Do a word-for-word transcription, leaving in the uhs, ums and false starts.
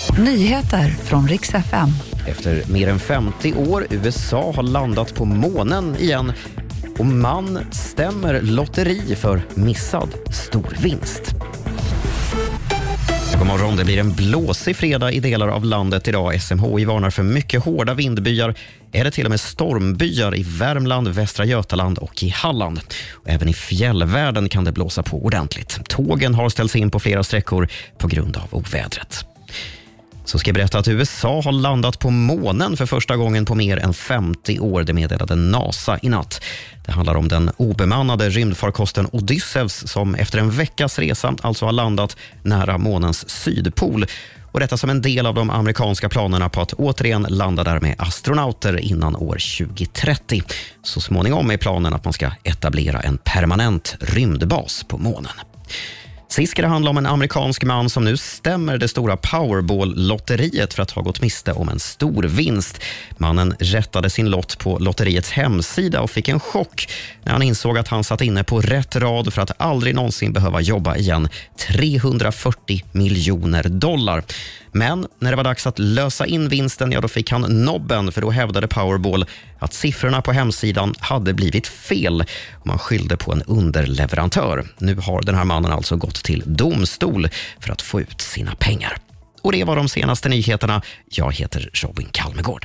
Nyheter från Rix F M. Efter mer än femtio år, U S A har landat på månen igen och man stämmer lotteri för missad stor vinst. God morgon, det blir en blåsig fredag i delar av landet idag. S M H I varnar för mycket hårda vindbyar eller till och med stormbyar i Värmland, Västra Götaland och i Halland. Och även i fjällvärlden kan det blåsa på ordentligt. Tågen har ställts in på flera sträckor på grund av ovädret. Så ska jag berätta att U S A har landat på månen för första gången på mer än femtio år. Det meddelade NASA i natt. Det handlar om den obemannade rymdfarkosten Odysseus som efter en veckas resa alltså har landat nära månens sydpol. Och detta som en del av de amerikanska planerna på att återigen landa där med astronauter innan år tjugohundratrettio. Så småningom är planen att man ska etablera en permanent rymdbas på månen. Sist ska det handla om en amerikansk man som nu stämmer det stora Powerball-lotteriet för att ha gått miste om en stor vinst. Mannen rättade sin lott på lotteriets hemsida och fick en chock när han insåg att han satt inne på rätt rad för att aldrig någonsin behöva jobba igen. trehundrafyrtio miljoner dollar. Men när det var dags att lösa in vinsten, ja då fick han nobben, för då hävdade Powerball att siffrorna på hemsidan hade blivit fel och man skyllde på en underleverantör. Nu har den här mannen alltså gått till domstol för att få ut sina pengar. Och det var de senaste nyheterna. Jag heter Robin Kalmegård.